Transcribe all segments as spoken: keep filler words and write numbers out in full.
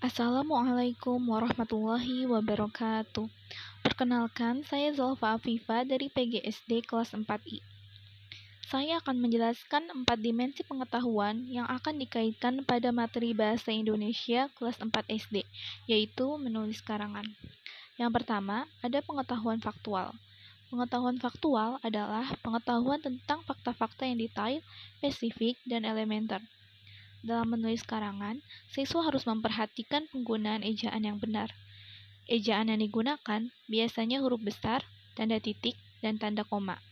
Assalamualaikum warahmatullahi wabarakatuh. Perkenalkan, saya Zalfa Afifa dari P G S D kelas empat I. Saya akan menjelaskan empat dimensi pengetahuan yang akan dikaitkan pada materi Bahasa Indonesia kelas empat S D, yaitu menulis karangan. Yang pertama, ada pengetahuan faktual. Pengetahuan faktual adalah pengetahuan tentang fakta-fakta yang detail, spesifik, dan elementer. Dalam menulis karangan, siswa harus memperhatikan penggunaan ejaan yang benar. Ejaan yang digunakan biasanya huruf besar, tanda titik, dan tanda koma.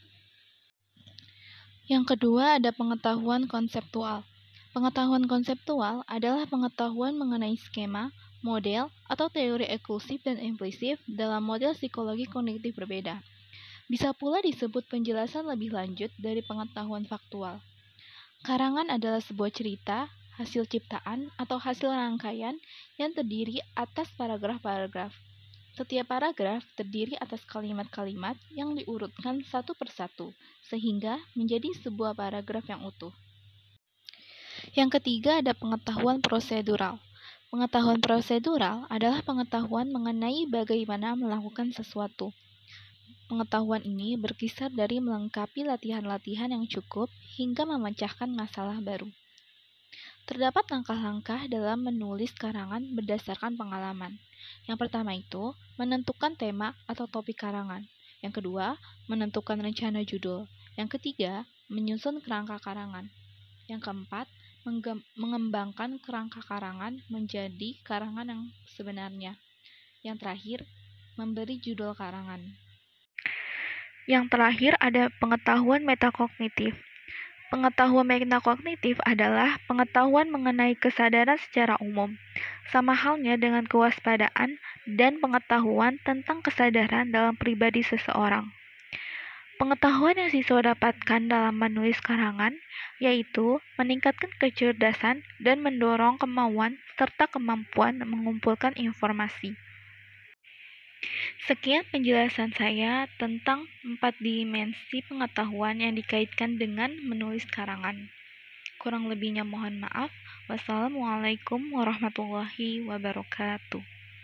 Yang kedua ada pengetahuan konseptual. Pengetahuan konseptual adalah pengetahuan mengenai skema, model, atau teori eksklusif dan implisif dalam model psikologi kognitif berbeda. Bisa pula disebut penjelasan lebih lanjut dari pengetahuan faktual. Karangan adalah sebuah cerita, hasil ciptaan, atau hasil rangkaian yang terdiri atas paragraf-paragraf. Setiap paragraf terdiri atas kalimat-kalimat yang diurutkan satu persatu, sehingga menjadi sebuah paragraf yang utuh. Yang ketiga ada pengetahuan prosedural. Pengetahuan prosedural adalah pengetahuan mengenai bagaimana melakukan sesuatu. Pengetahuan ini berkisar dari melengkapi latihan-latihan yang cukup hingga memecahkan masalah baru. Terdapat langkah-langkah dalam menulis karangan berdasarkan pengalaman. Yang pertama itu, menentukan tema atau topik karangan. Yang kedua, menentukan rencana judul. Yang ketiga, menyusun kerangka karangan. Yang keempat, mengembangkan kerangka karangan menjadi karangan yang sebenarnya. Yang terakhir, memberi judul karangan. Yang terakhir ada pengetahuan metakognitif. Pengetahuan metakognitif adalah pengetahuan mengenai kesadaran secara umum, sama halnya dengan kewaspadaan dan pengetahuan tentang kesadaran dalam pribadi seseorang. Pengetahuan yang siswa dapatkan dalam menulis karangan, yaitu meningkatkan kecerdasan dan mendorong kemauan serta kemampuan mengumpulkan informasi. Sekian penjelasan saya tentang empat dimensi pengetahuan yang dikaitkan dengan menulis karangan. Kurang lebihnya mohon maaf. Wassalamualaikum warahmatullahi wabarakatuh.